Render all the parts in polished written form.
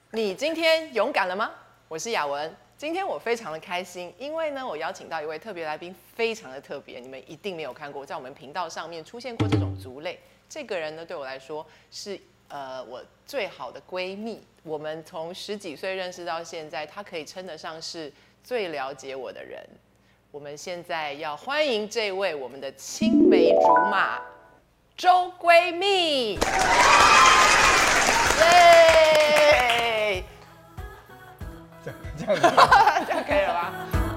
你今天勇敢了吗？我是雅文，今天我非常的开心，因为呢，我邀请到一位特别来宾，非常的特别，你们一定没有看过，在我们频道上面出现过这种族类。这个人呢，对我来说是我最好的闺蜜，我们从10几岁认识到现在，她可以称得上是最了解我的人。我们现在要欢迎这位我们的青梅竹马周闺蜜，耶！ 这样子， 这样可以了吧？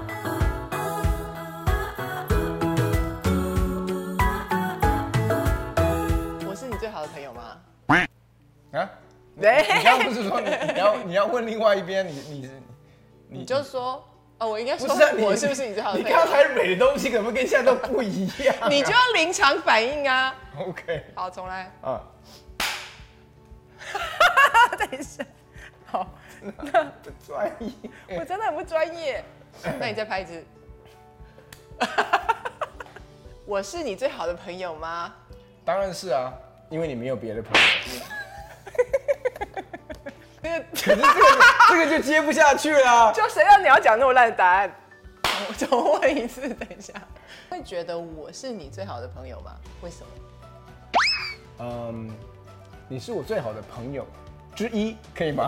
我是你最好的朋友吗？ 啊？ 对， 你刚刚不是说你要问另外一边， 你就说哦，我应该说不是啊我是不是你最好的朋友？ 你刚才蕊的东西可不可以跟现在都不一样啊？ 你就要临场反应啊！ OK 好，重来。 啊， 等一下，好， 不专业。 我真的很不专业。那你再拍一次。我是你最好的朋友吗？ 当然是啊，因为你没有别的朋友。可是这个就接不下去了啊。 就谁让你要讲那么烂的答案？我重问一次，等一下。会觉得我是你最好的朋友吗？为什么？ 你是我最好的朋友之一，可以吗？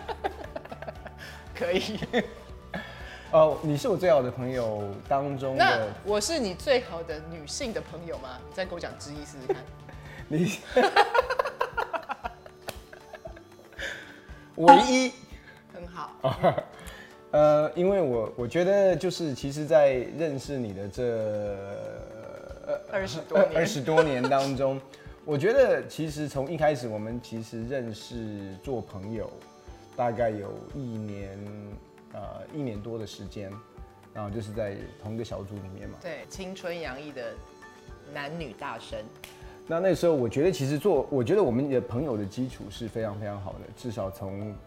可以。 哦，你是我最好的朋友当中那的， 我是你最好的女性的朋友吗？你再给我讲之一试试看。 你唯一。 很好。 因为我觉得就是其实，在认识你的这20多年当中，我觉得其实从一开始我们其实认识做朋友，大概有1年多的时间，然后就是在同一个小组里面嘛。 对，青春洋溢的男女大生。 那时候我觉得其实我觉得我们的朋友的基础是非常非常好的，至少从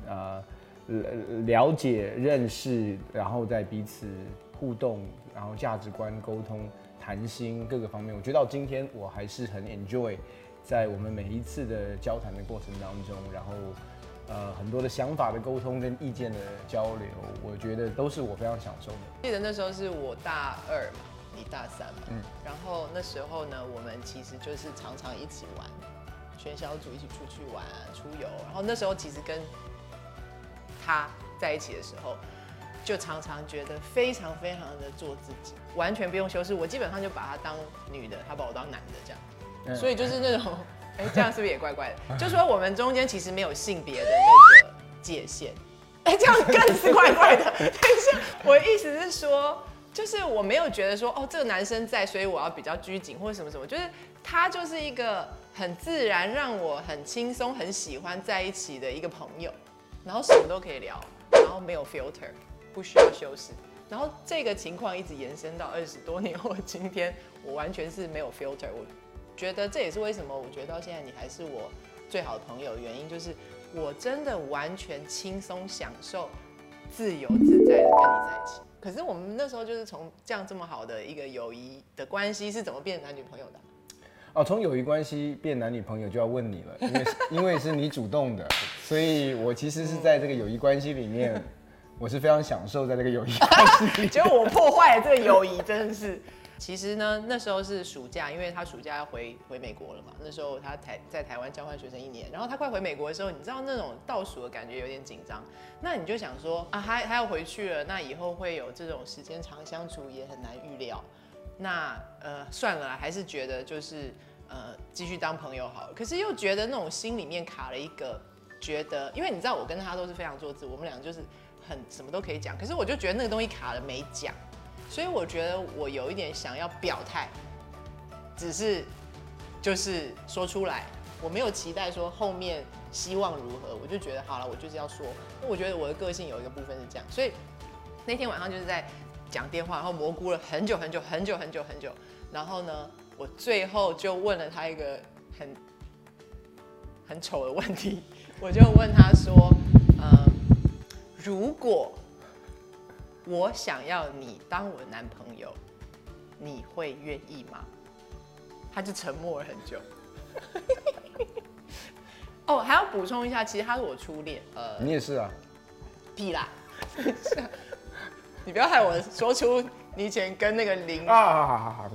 了解、认识，然后再彼此互动，然后价值观沟通、谈心各个方面，我觉得到今天我还是很 enjoy 在我们每一次的交谈的过程当中，然后很多的想法的沟通跟意见的交流，我觉得都是我非常享受的。 记得那时候是我大2嘛，你大3嘛，然后那时候呢，我们其实就是常常一起玩，全小组一起出去玩出游，然后那时候其实跟他在一起的时候，就常常觉得非常非常的做自己，完全不用修饰。我基本上就把他当女的，他把我当男的这样，所以就是那种，这样是不是也怪怪的？就说我们中间其实没有性别的那个界限，这样更是怪怪的。等一下，我的意思是说，就是我没有觉得说，哦，这个男生在，所以我要比较拘谨或者什么什么，就是他就是一个很自然，让我很轻松、很喜欢在一起的一个朋友。然后什么都可以聊，然后没有 filter， 不需要修饰。然后这个情况一直延伸到20多年后，今天我完全是没有 filter。我觉得这也是为什么我觉得到现在你还是我最好的朋友的原因，就是我真的完全轻松享受、自由自在的跟你在一起。可是我们那时候就是从这么好的一个友谊的关系是怎么变成男女朋友的？ 从友谊关系变男女朋友就要问你了，因为是你主动的，所以我其实是在这个友谊关系里面，我是非常享受在这个友谊关系里。 结果我破坏了这个友谊，真的是。其实呢，那时候是暑假，因为他暑假要回美国了嘛。那时候他在台湾交换学生1年，然后他快回美国的时候，你知道那种倒数的感觉有点紧张。那你就想说啊，他要回去了，那以后会有这种时间长相处也很难预料。那算了，还是觉得就是继续当朋友好了。可是又觉得那种心里面卡了一个，觉得因为你知道我跟他都是非常做自，我们俩就是很什么都可以讲。可是我就觉得那个东西卡了没讲，所以我觉得我有一点想要表态，只是就是说出来，我没有期待说后面希望如何，我就觉得好了，我就是要说。我觉得我的个性有一个部分是这样，所以那天晚上就是在讲电话，然后蘑菇了很久，然后呢，我最后就问了他一个很丑的问题，我就问他说，如果我想要你当我的男朋友，你会愿意吗？他就沉默了很久。 哦，还要补充一下，其实他是我初恋。 你也是啊？ 屁啦！你不要害我说出你以前跟那个林好。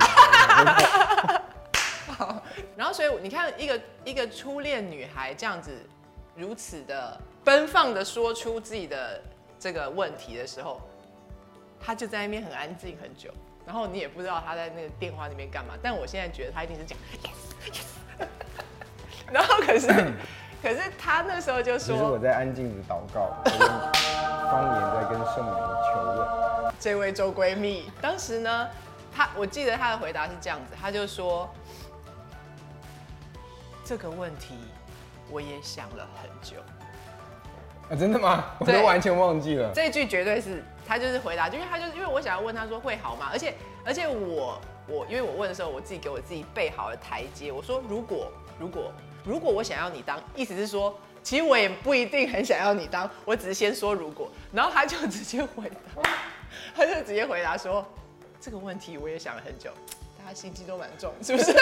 然后所以你看一个初恋女孩这样子如此的奔放的说出自己的这个问题的时候，她就在那边很安静很久，然后你也不知道她在那个电话那边干嘛。但我现在觉得她一定是讲 yes， 然后可是她那时候就说， 其实我在安静的祷告，我用方言在跟圣灵求问。 这位周闺蜜当时呢，我记得她的回答是这样子，她就说这个问题我也想了很久。 啊，真的吗？我都完全忘记了。 这一句绝对是他就是回答，因为我想要问他说会好吗？而且我因为我问的时候，我自己给我自己备好了台阶。我说如果我想要你当，意思是说，其实我也不一定很想要你当，我只是先说如果，然后他就直接回答说这个问题我也想了很久，大家心机都蛮重，是不是？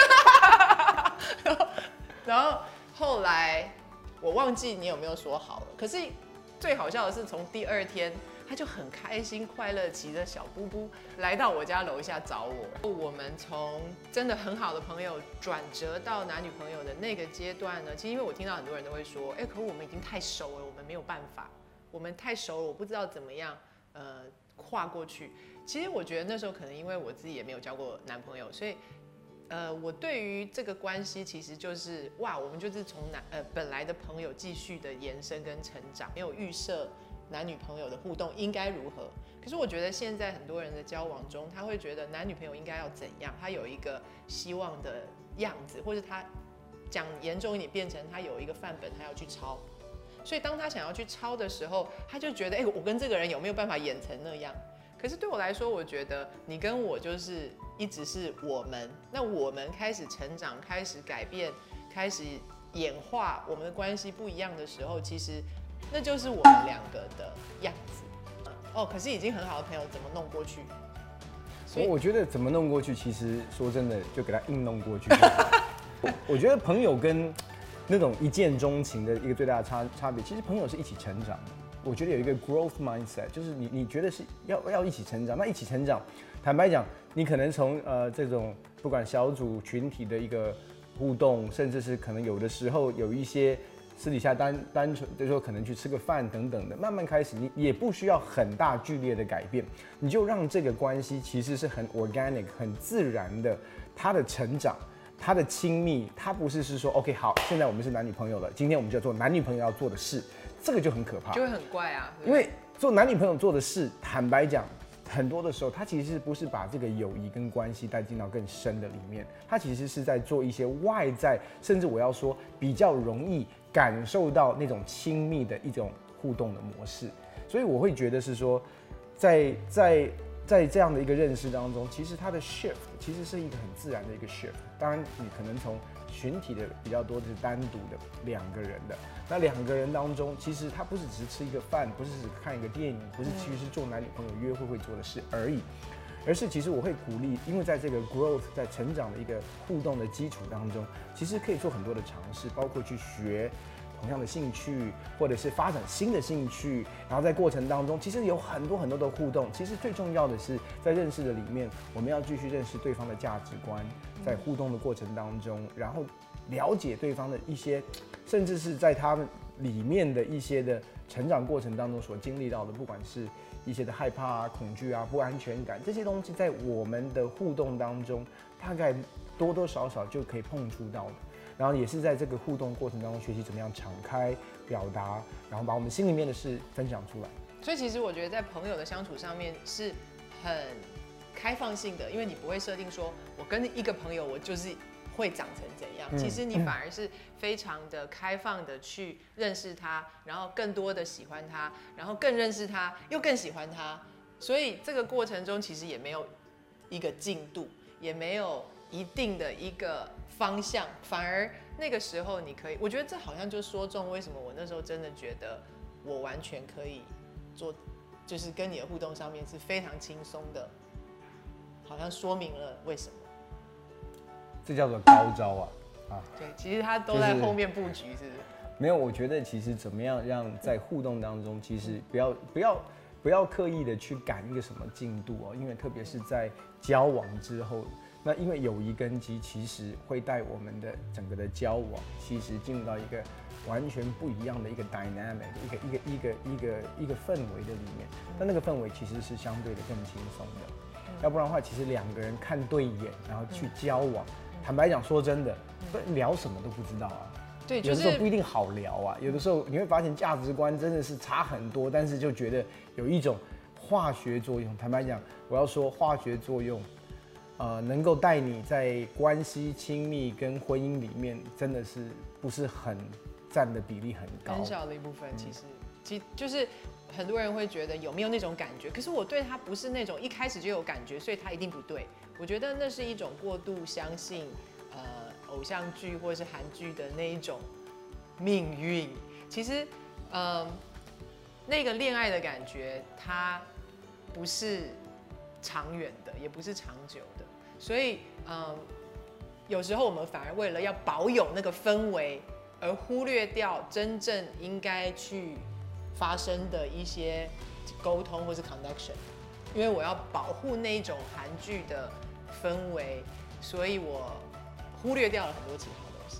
然后后来我忘记你有没有说好了，可是最好笑的是从第二天，他就很开心快乐骑着小布布来到我家楼下找我。我们从真的很好的朋友转折到男女朋友的那个阶段呢，其实因为我听到很多人都会说，可我们已经太熟了，我们没有办法，我们太熟了，我不知道怎么样跨过去。其实我觉得那时候可能因为我自己也没有交过男朋友，所以我对于这个关系其实就是哇，我们就是从本来的朋友继续的延伸跟成长，没有预设男女朋友的互动应该如何。可是我觉得现在很多人的交往中，他会觉得男女朋友应该要怎样，他有一个希望的样子，或者他讲严重一点，变成他有一个范本，他要去抄。所以当他想要去抄的时候，他就觉得我跟这个人有没有办法演成那样？可是对我来说，我觉得你跟我就是一直是我们，那我们开始成长，开始改变，开始演化，我们的关系不一样的时候，其实那就是我们两个的样子。可是已经很好的朋友怎么弄过去？ 所以我觉得怎么弄过去，其实说真的，就给他硬弄过去。我觉得朋友跟那种一见钟情的一个最大的差别，其实朋友是一起成长的。我觉得有一个 growth mindset， 就是你觉得是要一起成长。那一起成长，坦白讲，你可能从这种不管小组群体的一个互动，甚至是可能有的时候有一些私底下单纯就是说可能去吃个饭等等的，慢慢开始，你也不需要很大剧烈的改变，你就让这个关系其实是很 organic 很自然的，它的成长。他的亲密，他不是说 OK 好，现在我们是男女朋友了，今天我们就做男女朋友要做的事，这个就很可怕， 就会很怪啊。 因为做男女朋友做的事，坦白讲，很多的时候，他其实不是把这个友谊跟关系带进到更深的里面，他其实是在做一些外在，甚至我要说比较容易感受到那种亲密的一种互动的模式，所以我会觉得是说，在这样的一个认识当中，其实它的 shift 其实是一个很自然的一个 shift。当然，你可能从群体的比较多的是单独的两个人的，那两个人当中，其实他不是只是吃一个饭，不是只看一个电影，不是其实是做男女朋友约会会做的事而已，而是其实我会鼓励，因为在这个 growth 在成长的一个互动的基础当中，其实可以做很多的尝试，包括去学同样的兴趣，或者是发展新的兴趣，然后在过程当中，其实有很多的互动。其实最重要的是，在认识的里面，我们要继续认识对方的价值观，在互动的过程当中，然后了解对方的一些，甚至是在他们里面的一些的成长过程当中所经历到的，不管是一些的害怕啊、恐惧啊、不安全感这些东西，在我们的互动当中，大概多多少少就可以碰触到的。然后也是在这个互动过程当中学习怎么样敞开表达，然后把我们心里面的事分享出来。 所以其实我觉得在朋友的相处上面是很开放性的，因为你不会设定说我跟一个朋友我就是会长成怎样，其实你反而是非常的开放的去认识他，然后更多的喜欢他，然后更认识他，又更喜欢他。所以这个过程中其实也没有一个进度，也没有一定的一个方向，反而那个时候你可以，我觉得这好像就说中为什么我那时候真的觉得我完全可以做，就是跟你的互动上面是非常轻松的，好像说明了为什么。 这叫做高招啊！ 对，其实他都在后面布局，是不是？ 没有，我觉得其实怎么样让在互动当中，其实不要刻意的去赶一个什么进度哦，因为特别是在交往之后，那因为友谊根基其实会带我们的整个的交往，其实进入到一个完全不一样的一个 dynamic， 一个氛围的里面，但那个氛围其实是相对的更轻松的。要不然的话，其实两个人看对眼，然后去交往，坦白讲，说真的，聊什么都不知道啊。 对， 有的时候不一定好聊啊。有的时候你会发现价值观真的是差很多，但是就觉得有一种化学作用。坦白讲，我要说化学作用，能够带你在关系亲密跟婚姻里面，真的是不是很占的比例很高， 很小的一部分，其实就是很多人会觉得有没有那种感觉，可是我对他不是那种一开始就有感觉，所以他一定不对。我觉得那是一种过度相信偶像剧或者是韩剧的那一种命运。其实那个恋爱的感觉，它不是长远的，也不是长久的，所以有时候我们反而为了要保有那个氛围，而忽略掉真正应该去发生的一些沟通或是 connection， 因为我要保护那一种韩剧的氛围，所以我忽略掉了很多其他东西。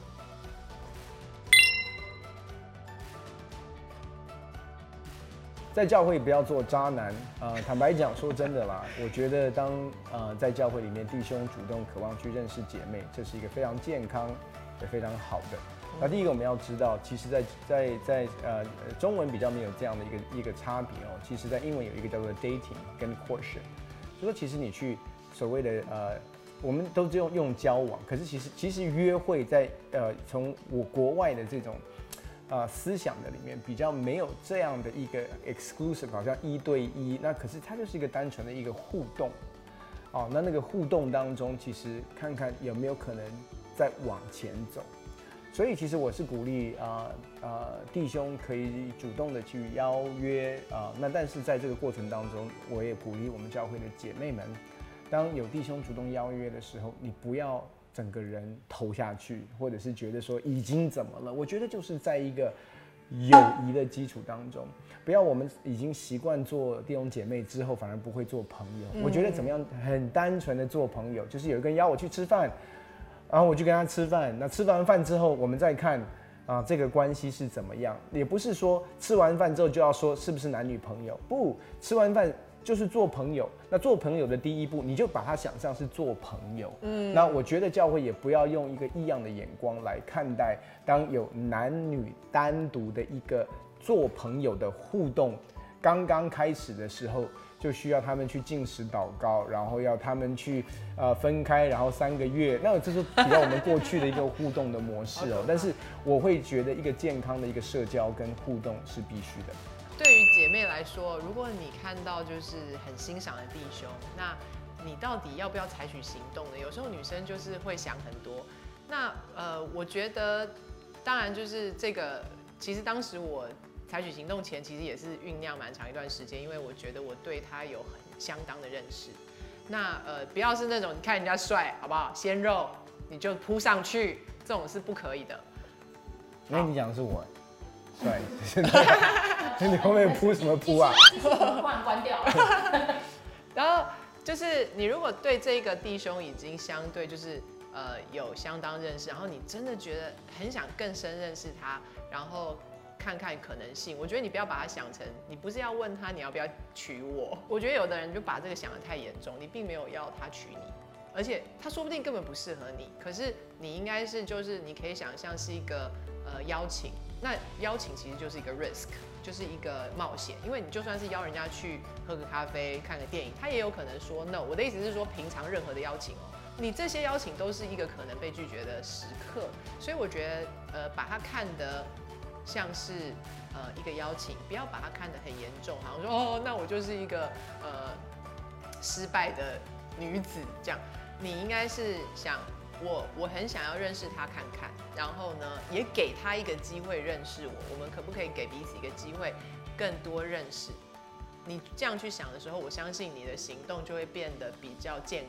在教会不要做渣男，坦白讲，说真的啦，我觉得当在教会里面弟兄主动渴望去认识姐妹，这是一个非常健康也非常好的。那第一个我们要知道，其实在中文比较没有这样的一个差别哦。其实，在英文有一个叫做 dating 跟 courtship， 就说其实你去所谓的我们都是用交往，可是其实约会在从我国外的这种思想的里面比较没有这样的一个 exclusive， 好像1对1，那可是它就是一个单纯的一个互动。哦，那个互动当中，其实看看有没有可能再往前走。所以其实我是鼓励弟兄可以主动的去邀约那但是在这个过程当中，我也鼓励我们教会的姐妹们，当有弟兄主动邀约的时候，你不要整个人投下去，或者是觉得说已经怎么了？我觉得就是在一个友谊的基础当中，不要我们已经习惯做弟兄姐妹之后，反而不会做朋友。我觉得怎么样很单纯的做朋友，就是有一个人邀我去吃饭。然后我就跟他吃饭，那吃完饭之后，我们再看这个关系是怎么样。也不是说吃完饭之后就要说是不是男女朋友，不，吃完饭就是做朋友。那做朋友的第一步，你就把它想象是做朋友。那我觉得教会也不要用一个异样的眼光来看待，当有男女单独的一个做朋友的互动，刚刚开始的时候。就需要他们去禁食祷告，然后要他们去分开，然后3个月，那这是比较我们过去的一个互动的模式哦。但是我会觉得一个健康的一个社交跟互动是必须的。 对于姐妹来说，如果你看到就是很欣赏的弟兄，那你到底要不要采取行动呢？有时候女生就是会想很多。那我觉得，当然就是这个，其实当时我。采取行动前，其实也是酝酿蛮长一段时间，因为我觉得我对他有很相当的认识。那不要是那种你看人家帅，好不好？鲜肉你就扑上去，这种是不可以的。 那你讲的是我，帅，你后面扑什么扑啊？ 突然关掉了。 然后就是你如果对这个弟兄已经相对就是有相当认识，然后你真的觉得很想更深认识他，然后。看看可能性，我觉得你不要把它想成，你不是要问他你要不要娶我。我觉得有的人就把这个想得太严重，你并没有要他娶你，而且他说不定根本不适合你。可是你应该是就是你可以想象是一个邀请，那邀请其实就是一个 risk， 就是一个冒险，因为你就算是邀人家去喝个咖啡、看个电影，他也有可能说 no。我的意思是说，平常任何的邀请哦，你这些邀请都是一个可能被拒绝的时刻，所以我觉得把它看得。像是一个邀请，不要把它看得很严重，好像说哦，那我就是一个失败的女子这样。你应该是想我很想要认识他看看，然后呢也给他一个机会认识我，我们可不可以给彼此一个机会更多认识？你这样去想的时候，我相信你的行动就会变得比较健康。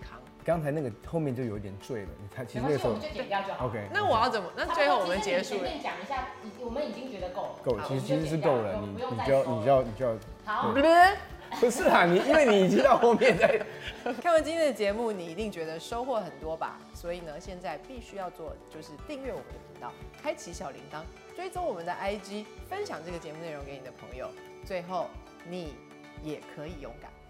刚才那个后面就有点坠了，其实没关系， 那个时候我们就剪掉就好。 OK。 那我要怎么？那最后我们结束了。 前面讲一下，我们已经觉得够了。 够了，其实是够了，你就要好。 不是啊，因为你已经到后面在。 看完今天的节目，你一定觉得收获很多吧？所以呢，现在必须要做就是订阅我们的频道，开启小铃铛，追踪我们的 IG，分享这个节目内容给你的朋友。最后，你也可以勇敢。